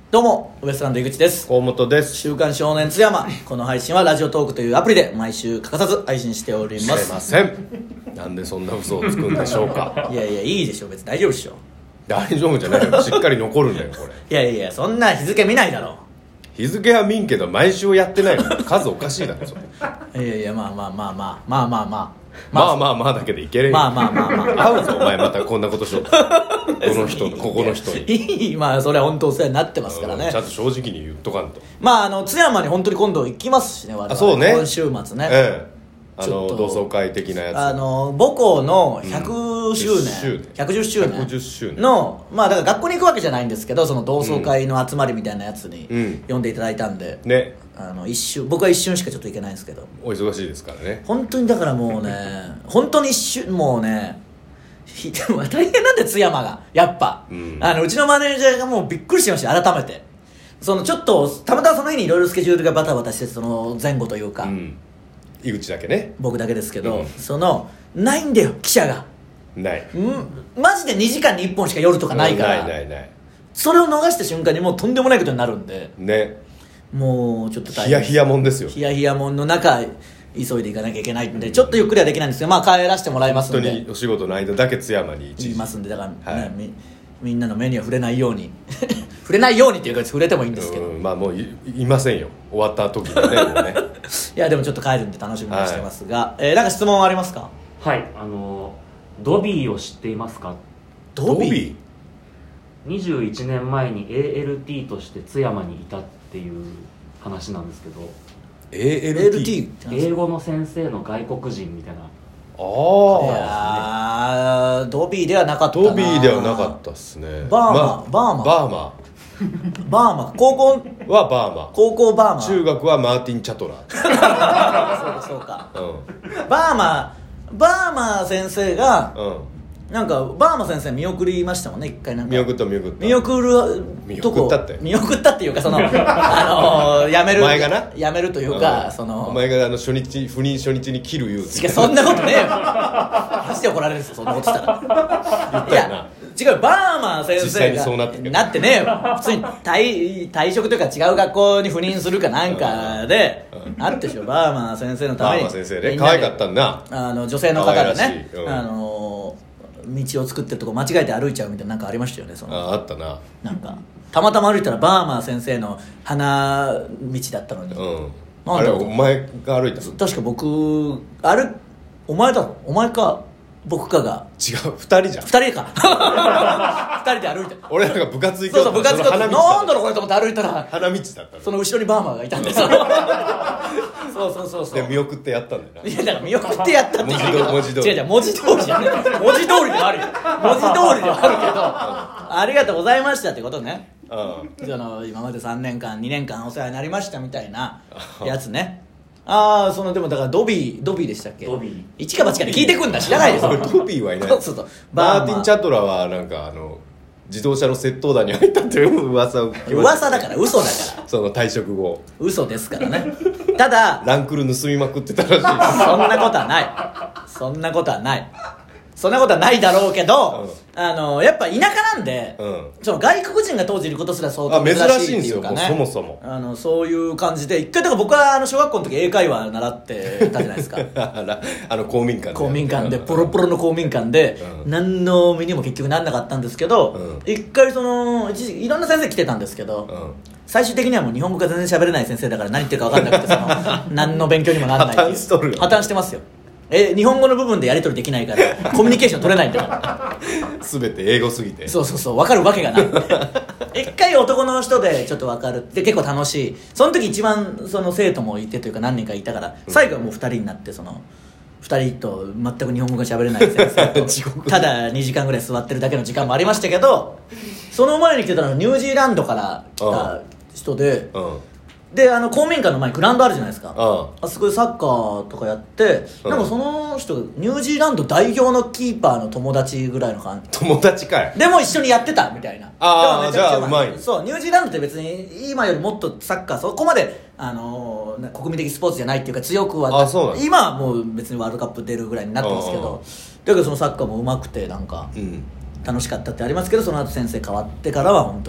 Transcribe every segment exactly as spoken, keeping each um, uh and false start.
どうもウエストランド井口です。 河本です。 週刊少年津山。この配信はラジオトークというアプリで毎週欠かさず配信しております。 すいません。なんでそんな嘘をつくんでしょうか。 いやいやいいでしょ、別に大丈夫でしょ。 大丈夫じゃないよ、しっかり残るんだよこれ。 いやいやそんな日付見ないだろ。 日付は見んけど毎週やってないの数おかしいだろそれ。 いやいやまあまあまあまあまあまあまあまあまあまあだけでいけるよ。 まあまあまあまあ会うぞお前またこんなことしようこの人ここの人にいい、まあそれは本当お世話になってますからね。 ちゃんと正直に言っとかんと。 まああの津山に本当に今度行きますしね、我々。 あそうね、 今週末ね、 ええ、あちょっとの同窓会的なやつ、 あの母校のひゃくしゅうねん、 うん、 ひゃくじゅっしゅうねんひゃくじゅっしゅうねんの、まあだから学校に行くわけじゃないんですけど、その同窓会の集まりみたいなやつにうん呼んでいただいたんで、 ね、 あの一瞬僕は一瞬しかちょっと行けないんですけど、 お忙しいですからね。 本当にだからもうね本当に一瞬もうねひ大変なんで津山がやっぱ、うん、あのうちのマネージャーがもうびっくりしました改めて。そのちょっとたまたまその日にいろいろスケジュールがバタバタして、その前後というか、うん、 井口だけね、 僕だけですけど、 うん、 そのないんだよ記者がない、 んマジでにじかんにいっぽんしか夜とかないから、 ないないない、 それを逃した瞬間にもうとんでもないことになるんでね、 もうちょっと大変ヒヤヒヤもんですよ。 ヒヤヒヤもんの中急いでいかなきゃいけないんで、ちょっとゆっくりはできないんですけど、まあ帰らせてもらいますんで、 本当にお仕事の間だけ津山に一時いますんで、だから、ね、 はい、 み, みんなの目には触れないように触れないようにっていうか触れてもいいんですけど、 まあもう い, いませんよ終わった時にねもうねいやでもちょっと帰るんで楽しみにしてますが、はい、えー、なんか質問ありますか？ はい、あのドビーを知っていますか？ ドビーにじゅういちねんまえに エーエルティー として津山にいたっていう話なんですけど、 エーエルティー英語の先生の外国人みたいな。 ああ、 いやドビーではなかったな。 ドビーではなかったっすね。 バーマ、 まあ、 バーマバーマバーマ高校はバーマ、 高校バーマ、 中学はマーティン・チャトラそうかそうか、うん、バーマバーマ先生が、うん、なんかバーマ先生見送りましたもんね、一回。なんか見送った見送った見送る見とこ送ったって見送ったっていうか、そのあのー、やめるお前がなやめるというか、 うん、 そのお前があの初日不妊初日に切る言うて、いやそんなことねえよマジで怒られるんですよそんなことしたら言ったよな。 違う、バーマン先生が実際にそうなってるなってねえよ、普通に 退, 退職というか違う学校に赴任するかなんかで、うん、あってしょ、バーマン先生のために。 バーマン先生ね、可愛かったんだ、 あの女性の方がね、 うん、 あの道を作ってるとこ間違えて歩いちゃうみたいな、なんかありましたよね。そのあ, あったな、 なんかたまたま歩いたらバーマン先生の花道だったのに、 うん、 なんあれお前が歩いたの？ 確か僕あれお前だろ、お前か僕かが違う、二人じゃん。 二人か二人で歩いて、 俺らが部活行くそうそう部活行く花道なんだろうこれと思って歩いたら花道だったの。 その後ろにバーマーがいたんですよそうそうそうそう、 で見送ってやったんだよな。 いやだから見送ってやったっていうか、 文字通り違う違う文字通りじゃね文字通りではあるよ文字通りではあるけど、うん、ありがとうございましたってことね、うん、その今までさんねんかんにねんかんお世話になりましたみたいなやつね。ああ、そのでもだからドビードビーでしたっけ？ ドビー一か八かで聞いてくんだ、知らないですよドビーはいない。 そうそうそう、 マーティン・チャトラはなんかあの自動車の窃盗団に入ったっていう噂を聞きました。 噂だから嘘だからその退職後嘘ですからね。ただランクル盗みまくってたらしいそんなことはないそんなことはないそんなことはないだろうけど、うん、あのやっぱ田舎なんで、うん、その外国人が当時いることすら相当珍しいっていうかね、 珍しいんですよ、もうそもそもあのそういう感じで、一回だから僕はあの小学校の時英会話習ってたじゃないですかあの公民館で公民館でポロポロの公民館で、うん、何の身にも結局なんなかったんですけど、うん、一回その一時いろんな先生来てたんですけど、うん、最終的にはもう日本語が全然喋れない先生だから何言ってるか分かんなくて、その何の勉強にもならないっていう破綻しとるよ。 破綻してますよ。え日本語の部分でやり取りできないからコミュニケーション取れないんだから全て英語すぎて、 そうそうそう、分かるわけがない一回男の人でちょっと分かるって結構楽しい。その時一番その生徒もいてというか何人かいたから、最後はもうふたりになって、そのふたりと全く日本語が喋れない先生とただにじかんぐらい座ってるだけの時間もありましたけど、その前に来てたのはニュージーランドから来た人で、うんうんであの公民館の前にグラウンドあるじゃないですか、ああそこでサッカーとかやって、うん、なんかその人ニュージーランド代表のキーパーの友達ぐらいの感じ、 友達かい、 でも一緒にやってたみたいな。 ああじゃあうまい。 そう、ニュージーランドって別に今よりもっとサッカーそこまで、あのー、国民的スポーツじゃないっていうか強くは、 あそうなん今はもう別にワールドカップ出るぐらいになってますけど、だけどそのサッカーもうまくてなんか、うん、楽しかったってありますけど、その後先生変わってからは本当に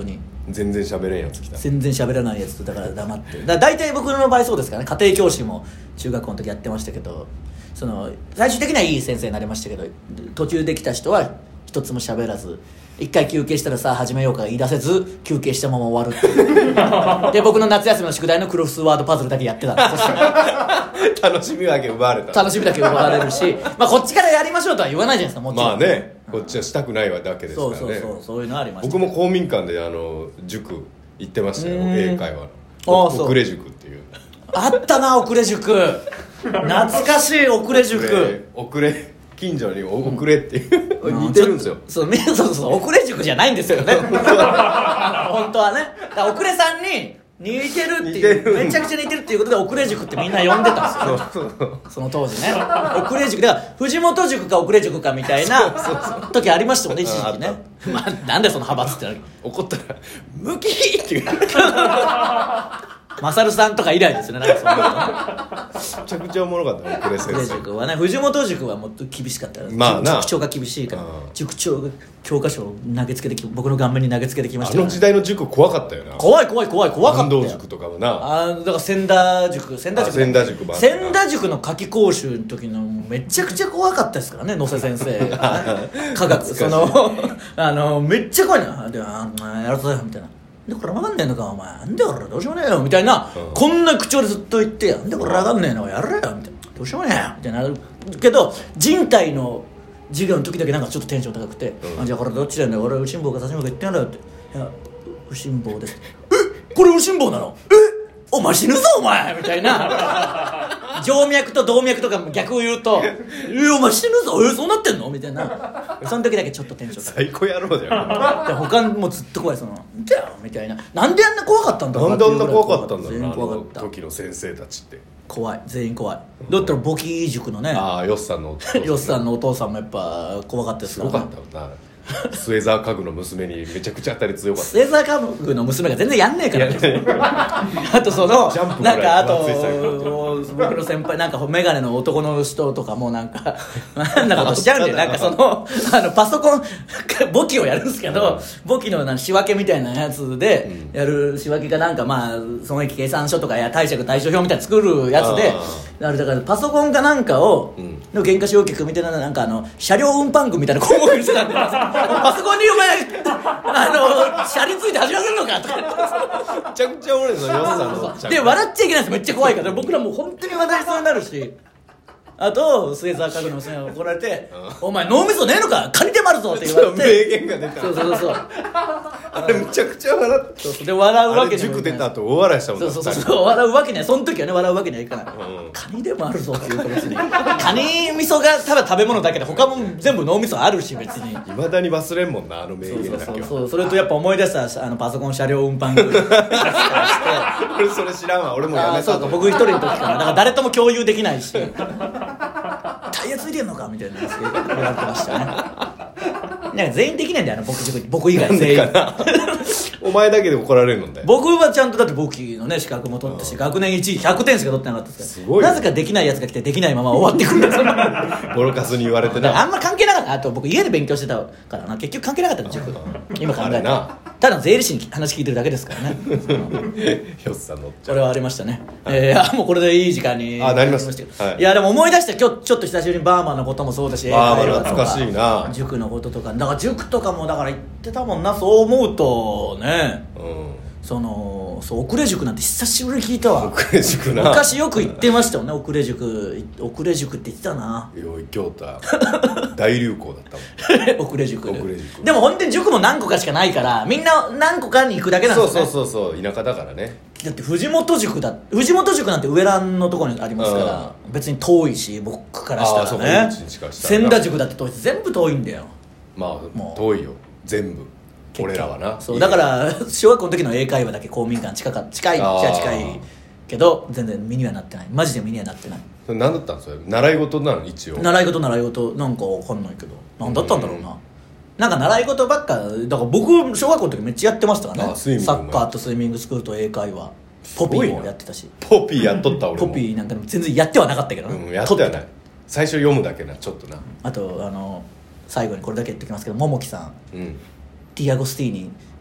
全然喋れんやつ来た。 全然喋らないやつとだから黙ってだから大体僕の場合そうですからね。家庭教師も中学校の時やってましたけど、その最終的にはいい先生になれましたけど、途中で来た人は一つも喋らず、一回休憩したらさあ始めようか言い出せず休憩したまま終わるっていうで僕の夏休みの宿題のクロスワードパズルだけやってたんです。 楽しみだけ奪われた。 楽しみだけ奪われるしまあこっちからやりましょうとは言わないじゃないですか、もちろん。 まあね、こっちはしたくないわだけですからね。 そうそうそう、そういうのありました。 僕も公民館であの塾行ってましたよ、 うん英会話の。 ああそう遅れ塾っていう。 あったな遅れ塾懐かしい遅れ塾。 遅れ近所に遅れっていう、うん、似てるんですよ。 そうそうそうそう遅れ塾じゃないんですよね本当はね。だから遅れさんに似てるっていうめちゃくちゃ似てるっていうことで遅れ塾ってみんな呼んでたんですよその当時ね。遅れ塾だから藤本塾か遅れ塾かみたいな時ありましたもんね一時期ね。まあ、なんでその派閥って怒ったらムキーっていうマサルさんとか以来ですよね。なんかそめちゃくちゃおもろかった遅れ先生。 塾はね、藤本塾はもっと厳しかったから、 まあな塾長が厳しいから、 うん、 塾長が教科書を投げつけてき僕の顔面に投げつけてきましたから、ね、 あの時代の塾怖かったよな。 怖い怖い怖い怖かったよ。 安藤塾とかもな。 あだから千田塾千田塾千田塾も千田塾の夏季講習の時のめちゃくちゃ怖かったですからね、野瀬先生が、ね、科学そのあのめっちゃ怖いな。であやるぞよみたいな。でこれ分かんねえのかお前、なんで俺どうしようもねえよみたいな、うん、こんな口調でずっと言ってなんでこれ分かんねえのやれよみたいな、どうしようもねえよみたいなるけど、人体の授業の時だけなんかちょっとテンション高くて、うん、あじゃあこれどっちなんだよ、俺右心房か左心房か言ってんだよって、いや右心房です。えこれ右心房なの、えお前死ぬぞお前みたいな静脈と動脈とか逆を言うとえお前死ぬぞ、えそうなってんのみたいな、その時だけちょっとテンション高い。 最高野郎じゃん。 で他もずっと怖い、そのなんでよみたいな、なんであんな怖かったんだろうなんであんな怖かったんだろう全な、 員怖かったあの時の先生たちって。 怖い、全員怖い。だったら簿記塾のね、 ああヨッさんのお父さん、 ヨッさんのお父さんもやっぱ怖かったですから、 すごかったもんな。スウェザー家具の娘にめちゃくちゃ当たり強かった。 スウェザー家具の娘が全然やんねえからあとそのなんかあと僕の先輩なんかメガネの男の人とかもなんかあんなことしちゃうんでなんかそのあのパソコン簿記をやるんですけど、簿記のなんか仕分けみたいなやつでやる仕分けがなんかまあ損益計算書とかや貸借対照表みたいな作るやつで、あれだからパソコンかなんかをの原価償却みたいななんかあの車両運搬具みたいな項目にしてたんでパソコンにお前あの車輪ついて走らせるのかとかめちゃくちゃおもろいですよヨッさんのおっちゃんで笑っちゃいけないです、めっちゃ怖いから僕らもう本当に笑いそうになるし、あとスウェザー家具の娘が怒られて「お前脳みそねえのか借りてまるぞ」って言われて名言が出た。 そうそうそうあれめちゃくちゃ笑ってそうそうで笑うわけにもいかない。 塾出た後大笑いしたもんそうそうそうそう笑うわけにはその時はね笑うわけにはいかない、 うん、 カニでもあるぞっていうか別にカニ味噌がただ食べ物だけで他も全部脳みそあるし別にいまだに忘れんもんなあの名言だけは。 そうそうそうそれとやっぱ思い出したあのパソコン車両運搬具俺それ知らんわ、俺もやめた。 そうか僕一人の時からだから誰とも共有できないしタイヤついてんのかみたいなやつ言われてましたね。なんか全員できないんだよあの僕塾僕以外全員お前だけで怒られるのだよ。 僕はちゃんとだって簿記のね資格も取ったし、学年いちいひゃくてんしか取ってなかったですから、 すごいなぜかできないやつが来てできないまま終わってくるんですよボロカスに言われてな。 だからあんま関係なかった。あと僕家で勉強してたからな、結局関係なかったの塾今考えたらただ税理士に話聞いてるだけですからねひょっさんのこれはありましたね、えー、あもうこれでいい時間にあなりました、はい、 いやでも思い出した今日ちょっと久しぶりにバーマンのこともそうだし、 バーマン懐かしいな、 塾のこととかだから塾とかもだから言ってたもんな。そう思うとね、うん、そのそう遅れ塾なんて久しぶりに聞いたわ。 遅れ塾な昔よく言ってましたよね、遅れ塾遅れ塾って言ってたな。 よい京都大流行だったもん遅れ塾遅れ塾でも本当に塾も何個かしかないからみんな何個かに行くだけなんですよね。 そうそうそうそう田舎だからね。 だって藤本塾だ藤本塾なんて上蘭のところにありますから、うん、別に遠いし僕からしたらね。千田塾だって遠いし全部遠いんだよ。 まあもう遠いよ全部俺らはな。 そうだから小学校の時の英会話だけ公民館近か近いっちゃ近いけど全然身にはなってない。マジで身にはなってない。 それ何だったんそれ習い事なの一応。 習い事習い事なんかわかんないけど何だったんだろうな、うん、なんか習い事ばっかだから僕小学校の時めっちゃやってましたからね。サッカーとスイミングスクールと英会話ポピーもやってたし。 ポピーやっとった俺も。 ポピーなんか全然やってはなかったけどね、 うん、やってはない。最初読むだけなちょっとな。あとあの最後にこれだけ言っておきますけど桃木さん、 うん、 ディアゴスティーニ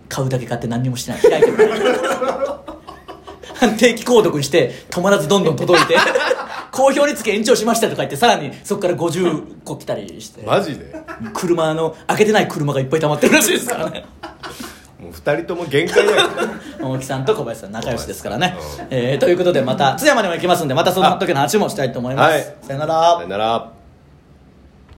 買うだけ買って何にもしてない開いてない定期購読して止まらずどんどん届いて好評につけ延長しましたとか言ってさらにそこからごじゅっこ来たりしてマジで車の開けてない車がいっぱい溜まってるらしいですからねもうふたりとも限界だよ大木さんと小林さん仲良しですからね、 うんえー、ということでまた津山にも行きますんでまたその時の話もしたいと思います、 はい、 さよならさよなら。